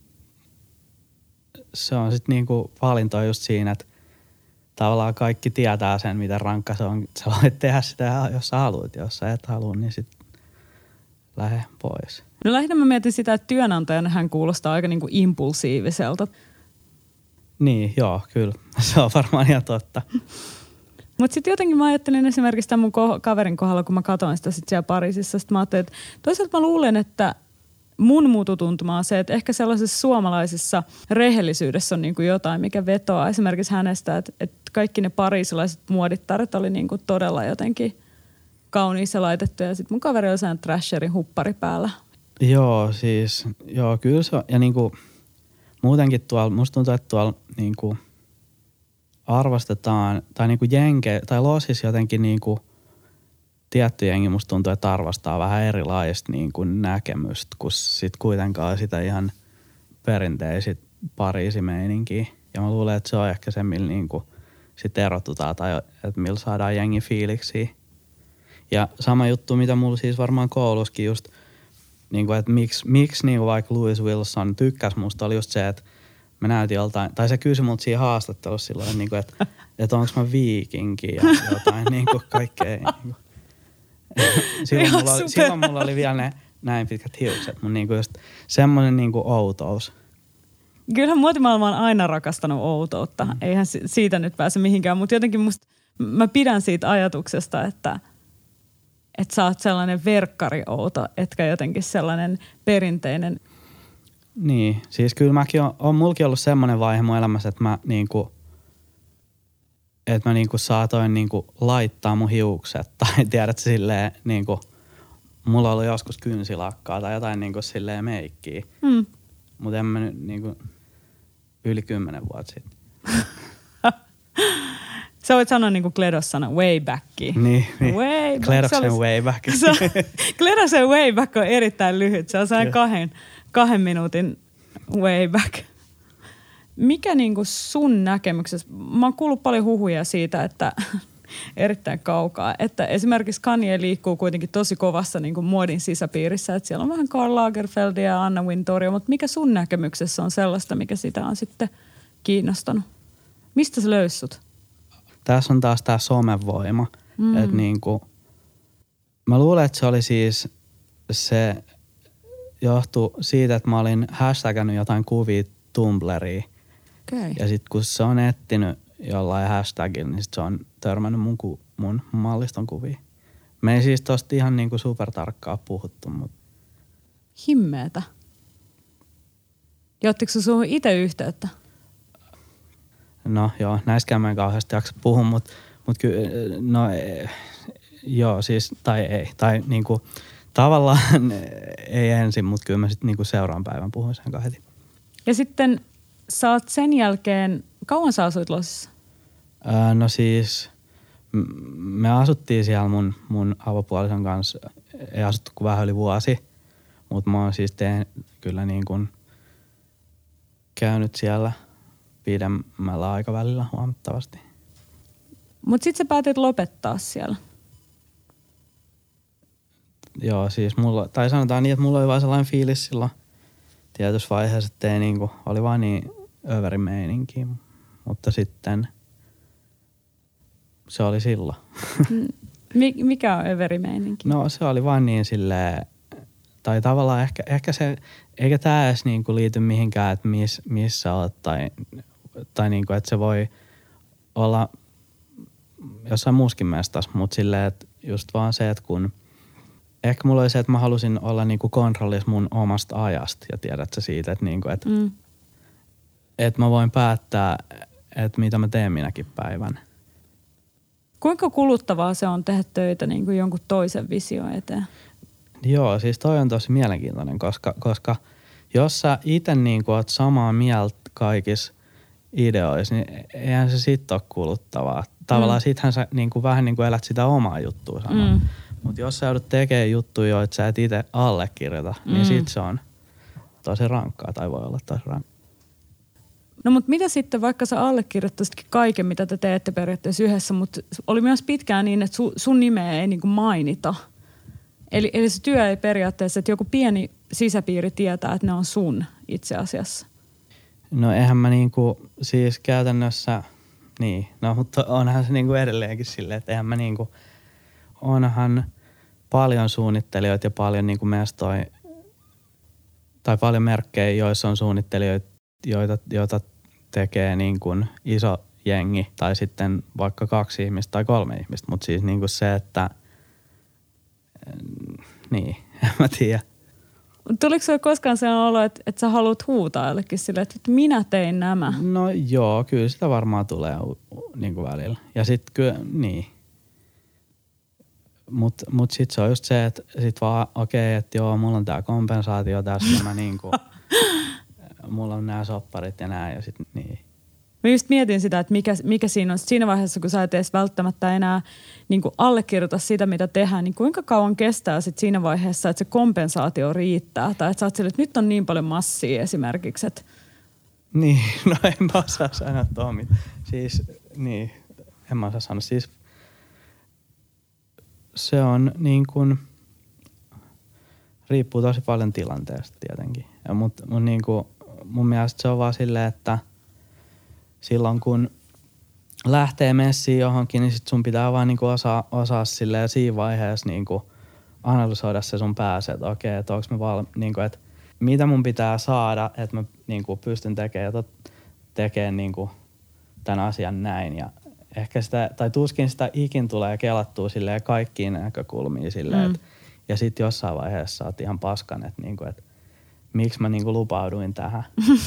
se on sitten niinku valinto just siinä, että tavallaan kaikki tietää sen, miten rankka se on. Sä voit tehdä sitä, jos sä haluat. Jos sä et halua, niin sit lähde pois. No lähinnä mä mietin sitä, että työnantajana hän kuulostaa aika niinku impulsiiviselta. Niin, joo, kyllä. Se on varmaan ihan totta. Mutta sitten jotenkin mä ajattelin esimerkiksi tämän mun kaverin kohdalla, kun mä katsoin sitä sitten siellä Pariisissa. Sitten mä ajattelin, että toisaalta mä luulen, että mun mututuntuma on se, että ehkä sellaisessa suomalaisessa rehellisyydessä on niinku jotain, mikä vetoaa esimerkiksi hänestä, että kaikki ne pariisilaiset muodittaret oli niinku todella jotenkin kauniissa laitettu ja sitten mun kaveri oli sellainen trasherin huppari päällä. Joo, siis kyllä se on. Ja niinku muutenkin tuolla, musta tuntuu, että tuolla niinku arvostetaan, tai niinku tai losissa jotenkin niinku tietty jengi musta tuntuu, että arvostaa vähän erilaista niin kuin näkemystä, kun sit kuitenkaan sitä ihan perinteisit Pariisi-meininkiä. Ja mä luulen, että se on ehkä se, millä niin kuin sit erotutaan tai että millä saadaan jengi fiiliksiä. Ja sama juttu, mitä mulla siis varmaan koulussakin just, niin kuin, että miksi niin kuin vaikka Louis Wilson tykkäsi musta, oli just se, että mä näytin joltain, tai se kysyi multa siinä haastattelussa silloin, niin kuin, että onko mä viikinki ja jotain niin kuin kaikkea. Niin kuin. Silloin mulla oli vielä ne näin pitkät hiukset, mutta niinku just semmoinen niinku outous. Kyllähän muotimaailma on aina rakastanut outoutta. Eihän siitä nyt pääse mihinkään, mutta jotenkin mä pidän siitä ajatuksesta, että sä oot sellainen verkkari-outo, etkä jotenkin sellainen perinteinen. Niin, siis kyllä mäkin on mulkin ollut semmoinen vaihe mun elämässä, että mä saatoin niinku laittaa mun hiukset tai tiedät silleen niinku mulla on ollut joskus kynsilakkaa tai jotain niinku silleen meikkiä. Mutta en mä nyt niinku yli 10 vuotta sitten. Sä voit sanoa niinku Kledos-sana way backi. Niin. Kledoksen way back. Kledoksen way back on erittäin lyhyt. Se on sellainen 2 minuutin way back. Mikä niinku sun näkemyksessä, mä oon kuullut paljon huhuja siitä, että erittäin kaukaa. Että esimerkiksi Kanye liikkuu kuitenkin tosi kovassa niin kuin muodin sisäpiirissä, että siellä on vähän Karl Lagerfeldia ja Anna Wintouria, mutta mikä sun näkemyksessä on sellaista, mikä sitä on sitten kiinnostanut? Mistä se löysi sut? Tässä on taas tää somevoima, että niinku, mä luulen, että se oli siis, se johtui siitä, että mä olin hashtagannut jotain kuvia Tumblriin. Okay. Ja sit kun se on etsinyt jollain hashtagilla, niin sit se on törmännyt mun malliston kuviin. Me ei siis tosta ihan niinku supertarkkaa puhuttu, mutta... Himmeetä. Ja ottiko suhun itse yhteyttä? No joo, näiskään mä en kauheasti jaksa puhua, mutta kyllä, no joo siis, tai ei. Tai niinku tavallaan ei ensin, mutta kyllä mä sitten niinku seuraavan päivän puhuin sen kanssa heti. Ja sitten sä oot sen jälkeen, kauan sä asuit Lossissa? No siis, me asuttiin siellä mun avopuolison kanssa, ei asuttu kuin vähän yli vuosi, mutta mä oon siis kyllä niin kuin käynyt siellä pidemmällä aikavälillä huomattavasti. Mutta sit sä päätit lopettaa siellä. Joo, siis tai sanotaan niin, että mulla oli vaan sellainen fiilis silloin tietyssä vaiheessa, että ei niinku, oli vaan niin överin meininki, mutta sitten se oli silloin. Mikä on överi meininki? No se oli vaan niin silleen, tai tavallaan ehkä se, eikä tää edes niinku liity mihinkään, että missä olet tai niinku, että se voi olla jossain muuskin mestassa, mutta silleen, että just vaan se, että kun ehkä mulla oli se, että mä halusin olla niinku kontrollissa mun omasta ajasta ja tiedät sä siitä, että niinku, että mä voin päättää, että mitä mä teen minäkin päivän. Kuinka kuluttavaa se on tehdä töitä niin kuin jonkun toisen vision eteen? Joo, siis toi on tosi mielenkiintoinen, koska jos sä itse niinku oot samaa mieltä kaikissa ideoissa, niin eihän se sit ole kuluttavaa. Tavallaan sittenhän sä niinku vähän niinku elät sitä omaa juttua samaa. Mutta jos sä joudut tekemään juttuja, joita sä et itse allekirjoita, niin sit se on tosi rankkaa tai voi olla tosi rankkaa. No mutta mitä sitten, vaikka sä allekirjoittaisitkin kaiken, mitä te teette periaatteessa yhdessä, mutta oli myös pitkään niin, että sun nimeä ei niinku mainita. Eli se työ ei periaatteessa, että joku pieni sisäpiiri tietää, että ne on sun itse asiassa. No eihän mä niinku siis käytännössä, niin, no mutta onhan se niinku edelleenkin silleen, että eihän mä niinku, onhan paljon suunnittelijoita ja paljon niinku mestoja, tai paljon merkkejä, joissa on suunnittelijoita, joita tekee niin kuin iso jengi tai sitten vaikka 2 ihmistä tai 3 ihmistä, mutta siis niin kuin se, että niin, en mä tiedä. Tuliko sinulle koskaan sellainen olo, että sä haluat huutaa jollekin silleen, että minä tein nämä? No joo, kyllä sitä varmaan tulee niin kuin välillä. Ja sitten kyllä, niin. Mut sitten se on just se, että sit vaan okei, että joo, mulla on tää kompensaatio tässä, mä niinku mulla on nämä sopparit ja nää ja sitten niin. Mä just mietin sitä, että mikä siinä on. Siinä vaiheessa, kun sä et edes välttämättä enää niin kuin allekirjoita sitä, mitä tehdään, niin kuinka kauan kestää sit siinä vaiheessa, että se kompensaatio riittää? Tai että sä oot sille, että nyt on niin paljon massia esimerkiksi. Että... Niin, no en mä osaa sanoa Tomi. Siis, niin, en mä osaa sanoa. Siis se on niin kuin, riippuu tosi paljon tilanteesta tietenkin. Mutta niin kuin, mun mielestä se on vaan silleen, että silloin kun lähtee messiin johonkin, niin sit sun pitää vaan niinku osaa silleen siinä vaiheessa niinku analysoida se sun päässä, että okei, että onks mä niinku, että mitä mun pitää saada, että mä niinku pystyn tekemään niinku tämän asian näin. Ja ehkä sitä, tai tuskin sitä ikin tulee kelattua silleen kaikkiin näkökulmiin silleen, ja sit jossain vaiheessa sä oot ihan paskan, että niinku, et miksi mä niinku lupauduin tähän.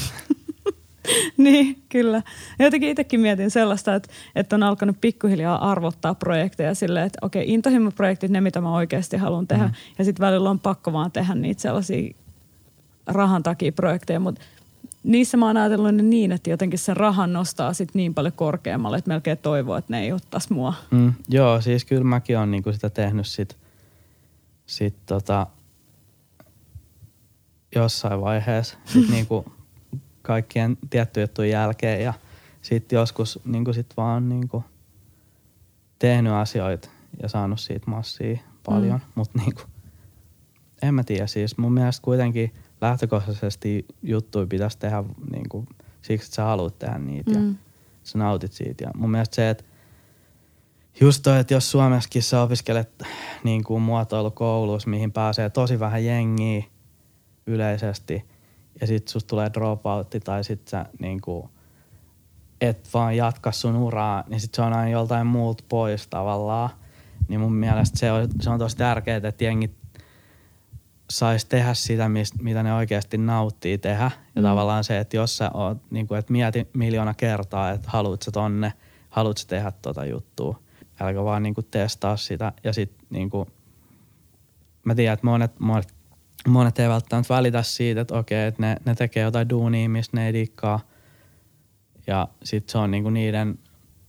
Niin, kyllä. Jotenkin itsekin mietin sellaista, että on alkanut pikkuhiljaa arvottaa projekteja silleen, että okei, intohimoprojektit, ne mitä mä oikeasti haluan tehdä. Ja sitten välillä on pakko vaan tehdä niitä sellaisia rahan takia projekteja, mutta niissä mä oon ajatellut ne niin, että jotenkin sen rahan nostaa sit niin paljon korkeammalle, että melkein toivoo, että ne ei ottaisi mua. Joo, siis kyllä mäkin oon niinku sitä tehnyt sit jossain vaiheessa. Niinku kaikkien tiettyjen juttujen jälkeen ja sitten joskus niinku sit vaan niinku tehnyt asioita ja saanut siitä massia paljon, mutta niinku, en mä tiedä. Siis mun mielestä kuitenkin lähtökohtaisesti juttuja pitäisi tehdä niinku, siksi, että sä haluat tehdä niitä ja sä nautit siitä. Ja mun mielestä se, että just toi, että jos Suomessakin sä opiskelet niinku muotoilukoulussa, mihin pääsee tosi vähän jengiä yleisesti ja sit susta tulee dropoutti tai sit sä niinku et vaan jatka sun uraa, niin sit se on aina joltain muulta pois tavallaan. Niin mun mielestä se on tosi tärkeää, että jengit sais tehdä sitä, mitä ne oikeasti nauttii tehdä. Ja tavallaan se, että jos sä oot, niinku, että mieti 1,000,000 kertaa, että haluut sä tonne, haluut sä tehdä tota juttua. Älkää vaan niinku testaa sitä. Ja sit niinku, mä tiedän, että monet ei välttämättä välitä siitä, että okei, että ne tekee jotain duunia, mistä ne ei dikkaa. Ja sit se on niinku niiden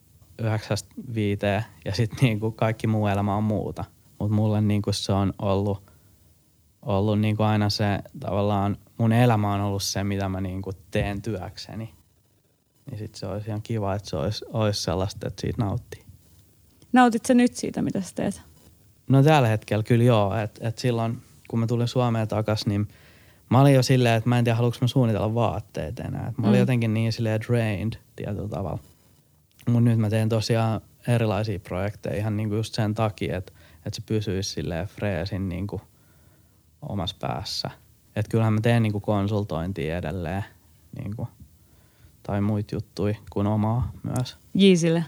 9-5 ja sit niinku kaikki muu elämä on muuta. Mut mulle niinku se on ollut niinku aina se tavallaan, mun elämä on ollut se, mitä mä niinku teen työkseni. Niin sit se olisi ihan kiva, että se olisi sellaista, että siitä nauttii. Nautit sä nyt siitä, mitä sä teet? No tällä hetkellä kyllä joo. Et silloin, kun mä tulin Suomeen takas, niin mä olin jo silleen, että mä en tiedä, haluanko mä suunnitella vaatteet enää. Et mä olin jotenkin niin silleen drained tietyllä tavalla. Mut nyt mä teen tosiaan erilaisia projekteja ihan niinku just sen takia, että se pysyisi silleen freesin niinku omassa päässä. Et kyllähän mä teen niinku konsultointia edelleen niinku, tai muita juttuja kuin omaa myös. Jeezille?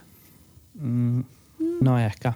No ehkä.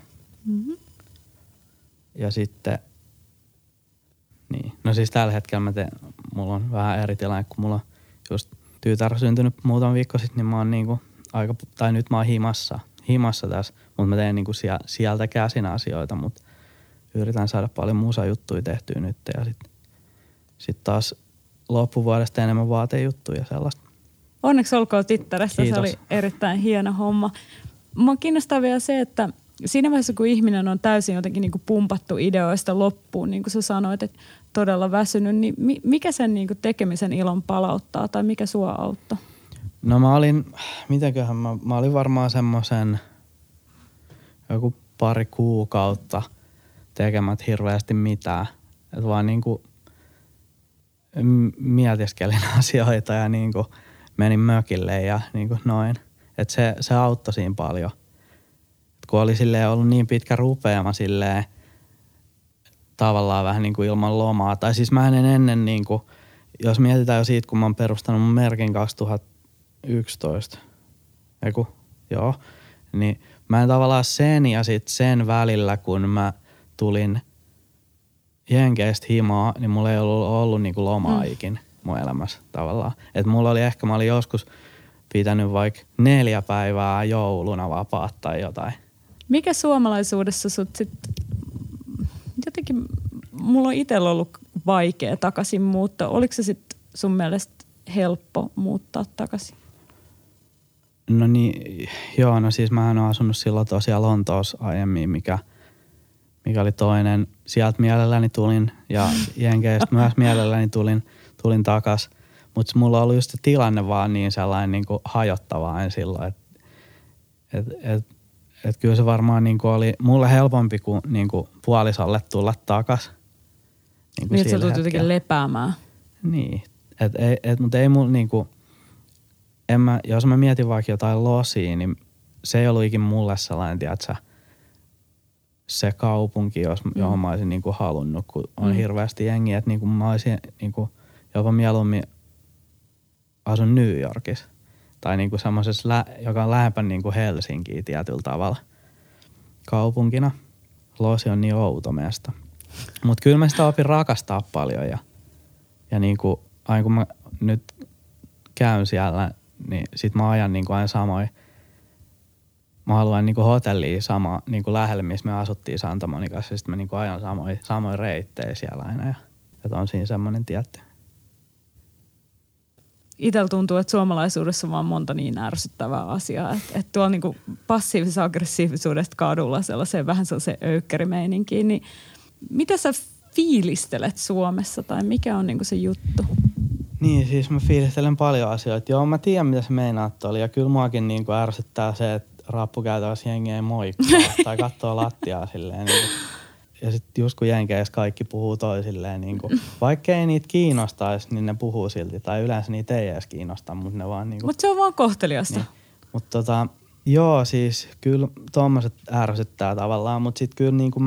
Ja sitten, niin. No siis tällä hetkellä mulla on vähän eri tilanne, kun mulla on just tytär syntynyt muutama viikko sitten, niin mä oon niinku tai nyt mä oon himassa tässä, mutta mä teen niinku sieltä käsin asioita, mutta yritän saada paljon musajuttuja tehtyä nyt ja sit taas loppuvuodesta enemmän vaatejuttuja ja sellaista. Onneksi olkoon tyttärestä, Kiitos. Se oli erittäin hieno homma. Mua kiinnostaa vielä se, että siinä vaiheessa kun ihminen on täysin jotenkin niinku pumpattu ideoista loppuun, niin kuin sä sanoit, että todella väsynyt, niin mikä sen niinku tekemisen ilon palauttaa tai mikä sua auttoi? No mä olin varmaan semmoisen joku 2 kuukautta tekemät hirveästi mitään. Että vaan niinku mietiskelin asioita ja niinku menin mökille ja niinku noin. Että se auttoi siinä paljon. Et kun oli silleen ollut niin pitkä rupeama silleen tavallaan vähän niinku ilman lomaa. Tai siis mä en ennen niinku, jos mietitään jo siitä, kun mä oon perustanut mun merkin 2011, niin mä en tavallaan sen ja sit sen välillä, kun mä tulin Jenkeistä himaa, niin mulla ei ollut niinku lomaa ikin mun elämässä tavallaan. Et mulla oli mä olin joskus pitänyt vaikka 4 päivää jouluna vapaat tai jotain. Mikä suomalaisuudessa sut sitten, jotenkin mulla on itsellä ollut vaikea takaisin muuttaa. Oliko se sitten sun mielestä helppo muuttaa takaisin? No niin, joo, no siis mähän oon asunut silloin tosiaan Lontoossa aiemmin, mikä oli toinen. Sieltä mielelläni tulin ja Jenkeistä myös mielelläni tulin takas. Mutta mulla oli just se tilanne vaan niin sellainen niinku hajottava en silloin, että kyllä se varmaan niinku oli mulle helpompi kuin niinku puolisolle tulla takas. Niinku niin, että sä tulet jotenkin lepäämään. Niin, mutta ei mulla niinku, jos mä mietin vaikka jotain losia, niin se ei ollut ikin mulle sellainen, tiedätkö, se kaupunki, johon mä olisin niinku halunnut, kun on hirveästi jengiä, että niinku mä olisin niinku jopa mieluummin asun New Yorkissa tai niinku semmoisessa, joka on lähempänä niinku Helsinkiä tietyllä tavalla kaupunkina. Losi on niin outo mesta. Mutta kyllä mä sitä opin rakastaa paljon ja niinku aina kun mä nyt käyn siellä, niin sit mä ajan niinku aina samoin. Mä haluan niinku hotellia sama niinku lähelle, missä me asuttiin Santa Monicassa ja sit mä niinku ajan samoin reittejä siellä aina ja että on siinä semmoinen tietty. Itsellä tuntuu, että suomalaisuudessa on vaan monta niin ärsyttävää asiaa, että tuolla niinku passiivisessa aggressiivisuudesta kadulla sellaiseen vähän sellaiseen öykkärimeininkiin, niin mitä sä fiilistelet Suomessa tai mikä on niinku se juttu? Niin, siis mä fiilistelen paljon asioita. Joo, mä tiedän mitä se meinaat oli ja kyllä muakin niinku ärsyttää se, että rappukäytävässä jengi ei moikkaa tai katsoo lattiaa silleen niin kuin. Ja sitten just kun jenkeissä kaikki puhuu toisilleen, niin kuin, vaikka ei niitä kiinnostaisi, niin ne puhuu silti. Tai yleensä niitä ei edes kiinnosta, mutta ne vaan niinku. Mutta se on vaan kohteliasta. Niin. Mutta joo, siis kyllä tommoset ärsyttää tavallaan, mutta sitten kyllä niinku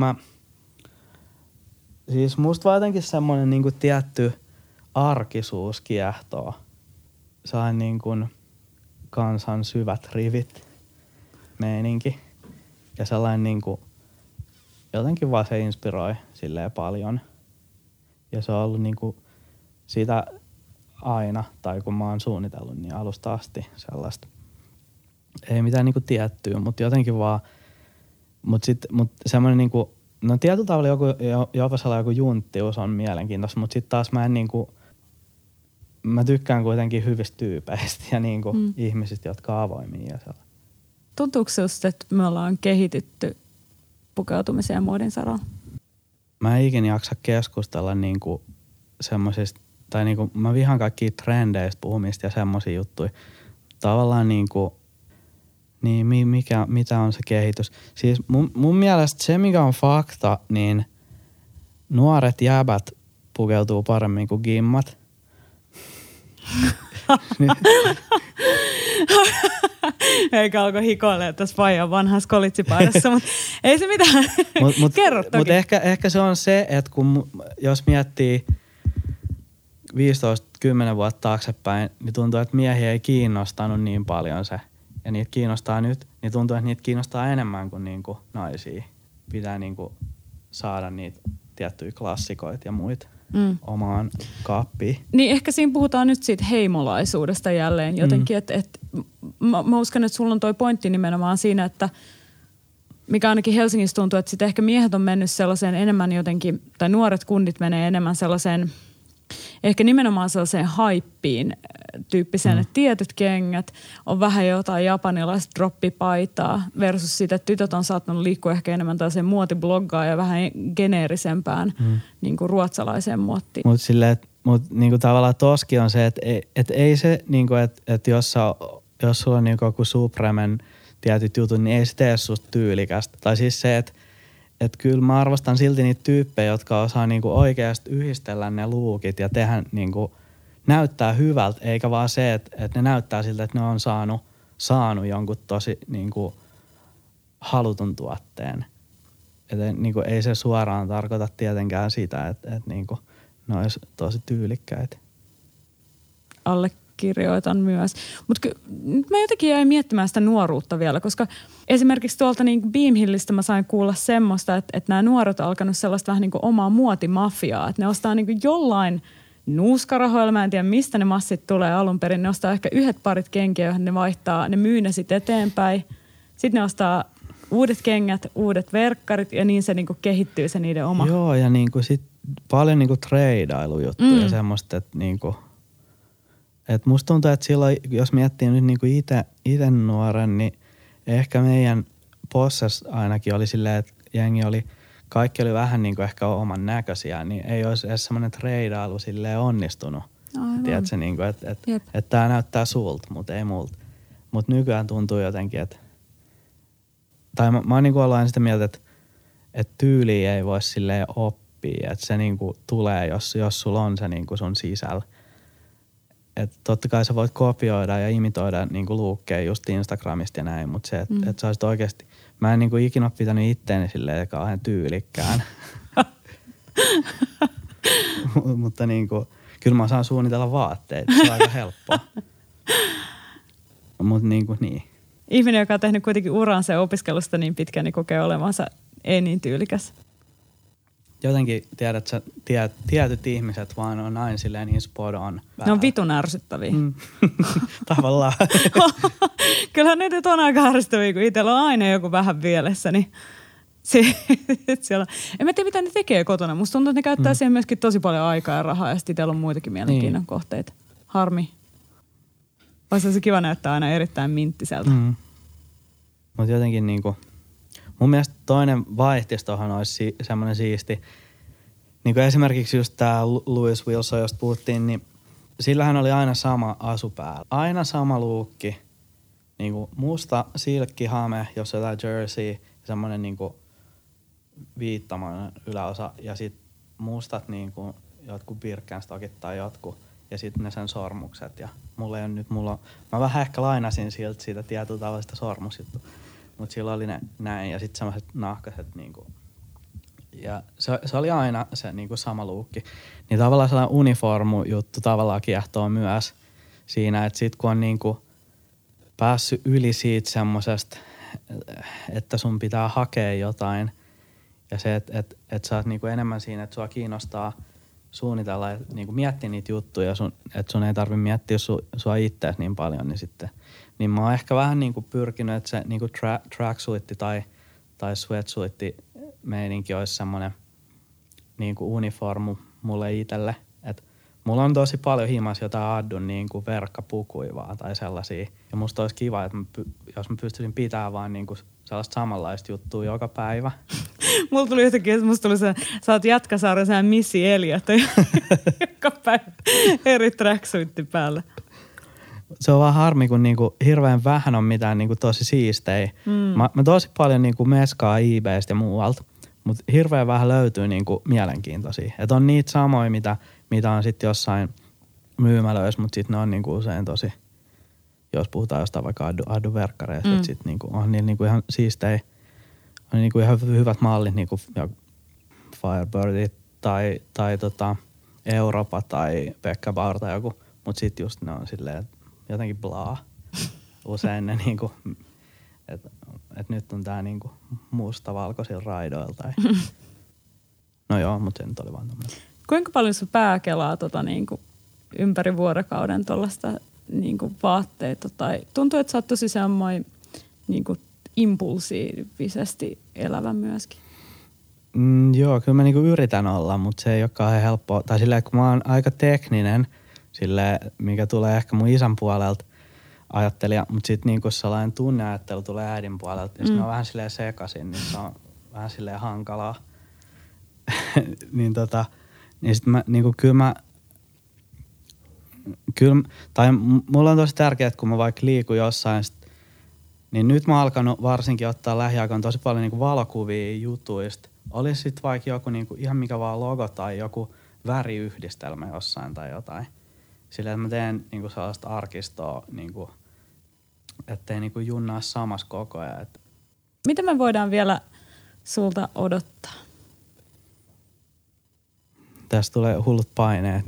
siis musta vaan jotenkin semmoinen niinku tietty arkisuus kiehtoo. Sain niinku kansan syvät rivit meininki. Ja sellainen niinku, jotenkin vaan se inspiroi silleen paljon. Ja se on ollut niinku sitä aina, tai kun mä oon suunnitellut, niin alusta asti sellaista. Ei mitään niinku tiettyä, mutta jotenkin vaan, mut semmoinen niinku, no tietyllä tavalla jopa sellainen joku junttius on mielenkiintoista, mutta sitten taas mä tykkään kuitenkin hyvistä tyypeistä ja niinku ihmisistä, jotka on avoimia ja sellainen. Tuntuuko sinusta, että me ollaan kehitytty pukeutumisen ja muodin saralla? Mä en ikinä jaksa keskustella niinku semmosista, tai niinku mä vihaan kaikkia trendeistä puhumista ja semmosia juttuja. Tavallaan niinku, niin mitä on se kehitys? Siis mun mielestä se, mikä on fakta, niin nuoret jäbät pukeutuu paremmin kuin gimmat. Eikä alkoi hikoilemaan tässä vaijan vanhassa kolitsipaidassa, mutta ei se mitään. Kerro toki. Mutta ehkä se on se, että jos miettii 15-10 vuotta taaksepäin, niin tuntuu, että miehiä ei kiinnostanut niin paljon se. Ja niitä kiinnostaa nyt, niin tuntuu, että niitä kiinnostaa enemmän kuin niinku naisia. Pitää niinku saada niitä tiettyjä klassikoita ja muita omaan kaappiin. Niin ehkä siinä puhutaan nyt siitä heimolaisuudesta jälleen jotenkin, että mä uskon, että sulla on toi pointti nimenomaan siinä, että mikä ainakin Helsingissä tuntuu, että sitten ehkä miehet on mennyt sellaiseen enemmän jotenkin, tai nuoret kundit menee enemmän sellaiseen, ehkä nimenomaan sellaiseen haippiin tyyppiseen, että tietyt kengät on vähän jotain japanilaista droppipaitaa versus sitä, että tytöt on saattanut liikkua ehkä enemmän tällaiseen muotibloggaan ja vähän geneerisempään niin kuin ruotsalaiseen muottiin. Mutta niinku tavallaan toskin on se, että ei se, niinku, että jos sulla on niinku joku Supremen tietyt jutut, niin ei se tee susta tyylikästä. Tai siis se, että kyllä mä arvostan silti niitä tyyppejä, jotka osaa niinku oikeasti yhdistellä ne luukit ja tehdä niinku, näyttää hyvältä, eikä vaan se, että ne näyttää siltä, että ne on saanut jonkun tosi niinku halutun tuotteen. Että niinku, ei se suoraan tarkoita tietenkään sitä, että niinku, ne olisi tosi tyylikkäitä. Allekirjoitan myös. Mutta nyt mä jotenkin jäin miettimään sitä nuoruutta vielä, koska esimerkiksi tuolta niin Beam Hillistä mä sain kuulla semmoista, että nämä nuoret on alkanut sellaista vähän niin kuin omaa muotimafiaa. Että ne ostaa niin kuin jollain nuuskarahoilla, mä en tiedä mistä ne massit tulee alun perin. Ne ostaa ehkä yhdet parit kenkiä, joihin ne vaihtaa, ne myy ne sitten eteenpäin. Sitten ne ostaa uudet kengät, uudet verkkarit ja niin se niinku kehittyy se niiden oma. Joo, ja niinku sit paljon niinku treidailujuttuja ja semmoista, että niinku, et musta tuntuu, että silloin, jos miettii nyt niinku ite nuoren, niin ehkä meidän possessa ainakin oli silleen, että kaikki oli vähän niinku ehkä oman näköisiä, niin ei olisi edes semmoinen treidailu silleen onnistunut. Tiedätkö, niinku, että tää näyttää sulta, mutta ei multa. Mutta nykyään tuntuu jotenkin, että tai mä oon niinku ollut aina sitä mieltä, että tyyliä ei voi silleen oppia, että se niinku tulee, jos sulla on se niinku sun sisällä. Että totta kai sä voit kopioida ja imitoida niinku luukkeja just Instagramista ja näin, mutta se, että sä olisit oikeasti, mä en niinku ikinä ole pitänyt itteeni silleen kauhean tyylikkään. Mutta niinku, kyllä mä osaan suunnitella vaatteita, se on aika helppoa. Mutta niinku niin. Ihminen, joka on tehnyt kuitenkin uransa ja opiskelusta niin pitkään, niin kokee olevansa ei niin tyylikäs. Jotenkin tiedät sä, tietyt ihmiset vaan on aina silleen niin spot on. Ne on vitun ärsyttäviä. Tavallaan. Kyllähän ne nyt on aika ärsyttäviä, kun itsellä on aina joku vähän vielessä, niin siellä. En mä tiedä, mitä ne tekee kotona. Musta tuntuu, että ne käyttää siihen myöskin tosi paljon aikaa ja rahaa ja sitten itsellä on muitakin mielenkiinnon kohteita. Harmi. Olisi se kiva näyttää aina erittäin minttiseltä. Mutta jotenkin niinku, mun mielestä toinen vaihtis tohon olisi semmoinen siisti. Niinku esimerkiksi just tää Louis Wilson, josta puhuttiin, niin sillähän oli aina sama asu päällä. Aina sama luukki. niinku musta silkkihame, jos jotain jersey, semmonen niinku viittamainen yläosa ja sit mustat niinku jotkut Birkenstockit tai jotkut ja sitten ne sen sormukset ja mä vähän ehkä lainasin siitä tietyllä tavalla sitä sormusjuttu, mut silloin oli ne näin ja sitten semmoiset nahkaset niinku ja se oli aina se niinku sama luukki. Niin tavallaan sellainen uniformu juttu tavallaan kiehtoo myös siinä, että sit kun on niinku päässyt yli siitä semmosesta, että sun pitää hakea jotain ja se, että sä oot niinku enemmän siinä, että sua kiinnostaa suunnitella ja niinku miettiä niitä juttuja, että sun ei tarvi miettiä sua itseäsi niin paljon, niin sitten niin mä oon ehkä vähän niinku pyrkinyt, että se niinku tracksuitti tai sweatsuitti meininki olisi semmoinen niinku uniformu mulle itselle. Et mulla on tosi paljon himas jotain Addun niinku verkkapukuja vaan tai sellaisia. Ja musta olisi kiva, että jos mä pystyisin pitämään vaan niinku sellaista samanlaista juttua joka päivä. Mulla tuli jotenkin, että musta tuli se, sä oot Jätkäsaaren sä Missy Elliot joka päivä eri tracksuitti päällä. Se on vaan harmi, kun niinku hirveän vähän on mitään niinku tosi siistejä. Mä tosi paljon niinku meskaa eBaystä ja muualta, mutta hirveän vähän löytyy niinku mielenkiintoisia. Et on niitä samoja, mitä on sitten jossain myymälöissä, mutta sitten ne on niinku usein tosi, jos puhutaan jostain vaikka Addu-verkkareista, että sitten niinku on niillä niinku ihan siistejä, on niinku ihan hyvät mallit, niinku Firebirdit tai Europa tai Pekka Bauer tai joku, mutta sitten just ne on silleen, jotenkin blaa. Usein ne niinku, että nyt on tää niinku musta valkoisilla raidoilla tai no joo, mutta se nyt oli vaan tommoinen. Kuinka paljon sun pää kelaa niinku ympäri vuorokauden tuollaista niinku vaatteita tai tuntuu, että sä oot tosi semmoinen niinku impulsiivisesti elävä myöskin? Joo, kyllä mä niinku yritän olla, mutta se ei ole kauhean helppoa. Tai silleen, kun mä oon aika tekninen, silleen, mikä tulee ehkä mun isän puolelta ajattelija, mutta sitten niinku sellainen tunneajattelu tulee äidin puolelta, ja ne on vähän silleen sekaisin, niin se on vähän silleen hankalaa. niin sit mä niinku tai mulla on tosi tärkeää, että kun mä vaikka liikun jossain, niin nyt mä oon alkanut varsinkin ottaa lähiaikoina tosi paljon niinku valokuvia jutuista. Olisi sit vaikka joku niinku ihan mikä vaan logo tai joku väriyhdistelmä jossain tai jotain. Sillä että mä teen niinku sellaista arkistoa, niinku, ettei niinku junnaa samassa koko ajan. Mitä me voidaan vielä sulta odottaa? Tässä tulee hullut paineet.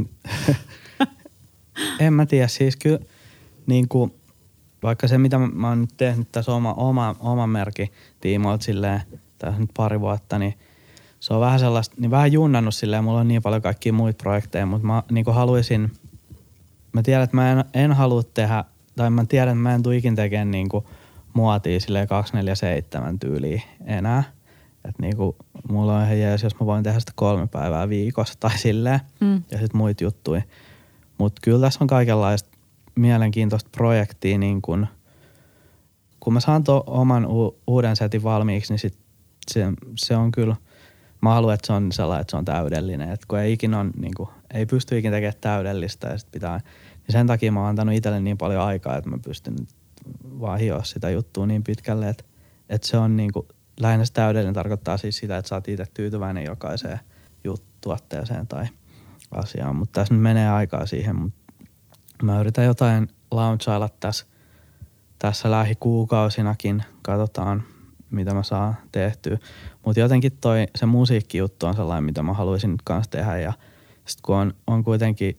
En mä tiedä, siis kyllä niinku, vaikka se mitä mä oon nyt tehnyt tässä oman merkin tiimoilta silleen, tässä nyt pari vuotta, niin se on vähän sellaista, niin vähän junnannut silleen, mulla on niin paljon kaikkia muita projekteja, mutta mä niinku haluaisin, mä tiedän, että mä en halua tehdä, tai mä tiedän, että mä en tule ikin tekemään niinku muotia silleen 247 tyyliä enää. Että niinku mulla on ihan jees, jos mä voin tehdä sitä 3 päivää viikossa tai silleen, ja sit muita juttuja. Mut kyllä tässä on kaikenlaista mielenkiintoista projektia, niin kun mä saan oman uuden setin valmiiksi, niin sit se on kyllä, mä haluan, että se on sellainen, että se on täydellinen. Et kun ei ikin on, niin kun, ei pysty ikin tekemään täydellistä ja sit pitää, niin sen takia mä oon antanut itselle niin paljon aikaa, että mä pystyn vaan hioa sitä juttua niin pitkälle, että se on niin kuin, lähinnä se täydellinen tarkoittaa siis sitä, että sä oot itse tyytyväinen jokaiseen tuotteeseen tai asiaan, mutta tässä nyt menee aikaa siihen, mutta mä yritän jotain launchailla tässä lähikuukausinakin, katsotaan mitä mä saan tehtyä, mutta jotenkin se musiikkijuttu on sellainen, mitä mä haluaisin nyt kanssa tehdä ja sit kun on kuitenkin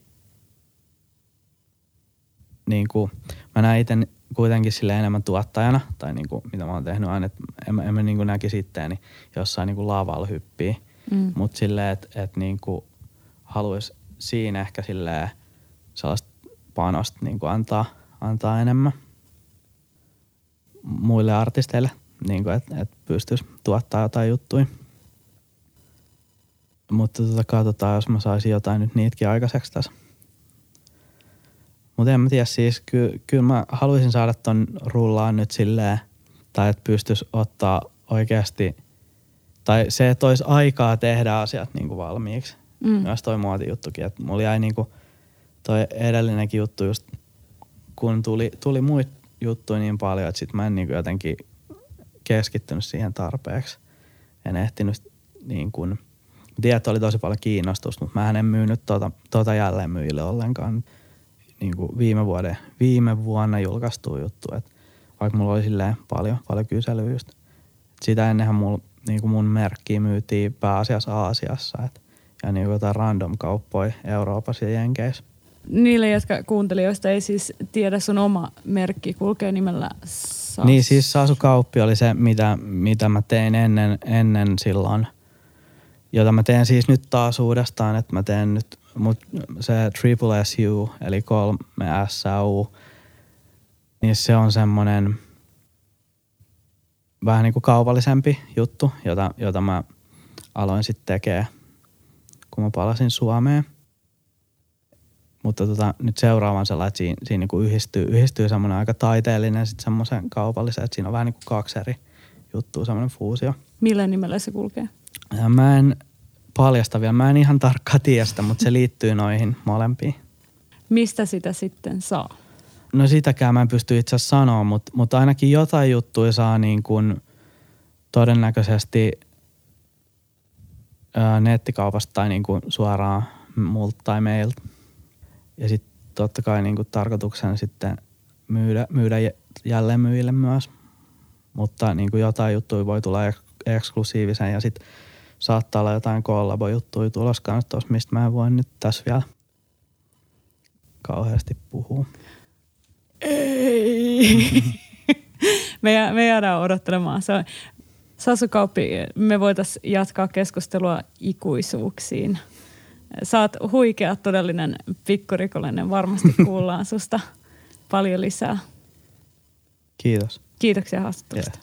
niin kuin, mä näen itse kuitenkin sille enemmän tuottajana, tai niin kuin, mitä mä oon tehnyt aina, että en mä niin kuin näkisi itteeni jossain niin kuin lavalla hyppii. Mutta silleen, että niin kuin haluaisi siinä ehkä silleen sellaista panosta niin kuin antaa enemmän muille artisteille, niin kuin, että pystyisi tuottaa jotain juttuja. Mutta katsotaan, jos mä saisin jotain nyt niitäkin aikaiseksi tässä. Mutta en mä tiedä, siis kyllä mä haluaisin saada ton rullaan nyt silleen, tai että pystyisi ottaa oikeasti, tai se, että olisi aikaa tehdä asiat niinku valmiiksi. Myös toi muotijuttukin, että mulla jäi niinku toi edellinenkin juttu just, kun tuli muita juttuja niin paljon, että sit mä en niinku jotenkin keskittynyt siihen tarpeeksi. En ehtinyt niin kuin, tiedän, että oli tosi paljon kiinnostusta, mutta mä en myynyt tota jälleenmyyjille ollenkaan. Niin kuin viime vuonna julkaistuu juttu, että vaikka mulla oli silleen paljon kyselyä just. Sitä ennenhän niin mun merkkiä myytiin pääasiassa Aasiassa ja niin jotain random kauppoja Euroopassa ja Jenkeissä. Niille, jotka kuuntelijoista ei siis tiedä, sun oma merkki kulkee nimellä Sasu. Niin siis Sasu Kauppi oli se, mitä mä tein ennen silloin, jota mä teen siis nyt taas uudestaan, että mä teen nyt se Triple SU, eli 3 SU, niin se on semmonen vähän niin kuin kaupallisempi juttu, jota mä aloin sitten tekemään, kun mä palasin Suomeen. Mutta nyt seuraavan sellainen, että siinä niin kuin yhdistyy semmoinen aika taiteellinen sitten semmoisen kaupallisen, että siinä on vähän niin kuin 2 eri juttua, semmoinen fuusio. Millä nimellä se kulkee? Ja mä en paljasta vielä, mä en ihan tarkkaan tiedä sitä, mutta se liittyy noihin molempiin. Mistä sitä sitten saa? No sitäkään mä en pysty itse asiassa sanoa, mutta ainakin jotain juttuja saa niin kuin todennäköisesti nettikaupasta tai niin kuin suoraan multa tai meiltä. Ja sitten totta kai niin kuin tarkoituksena sitten myydä jälleenmyyjille myös. Mutta niin kuin jotain juttuja voi tulla eksklusiivisen ja sitten saattaa olla jotain kollabo-juttuja tulos kanssa tuossa, mistä mä en voi nyt tässä vielä kauheasti puhua. Ei. Me jäädään odottelemaan. Sasu Kauppi, me voitaisiin jatkaa keskustelua ikuisuuksiin. Sä oot huikea, todellinen pikkurikollinen. Varmasti kuullaan susta paljon lisää. Kiitos. Kiitoksia haastattelusta.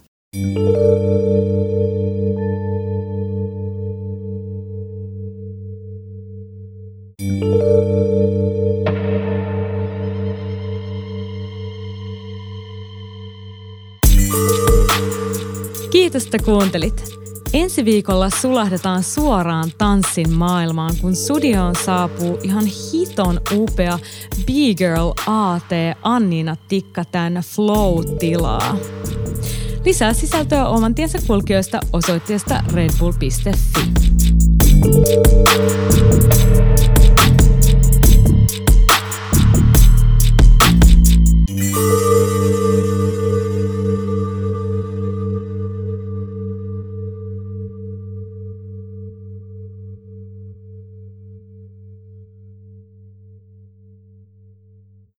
Kiitos, että kuuntelit. Ensi viikolla sulahdetaan suoraan tanssin maailmaan, kun studioon saapuu ihan hiton upea B-Girl AT Annina Tikka täynnä flow-tilaa. Lisää sisältöä oman tiensä kulkijoista osoitteesta redbull.fi.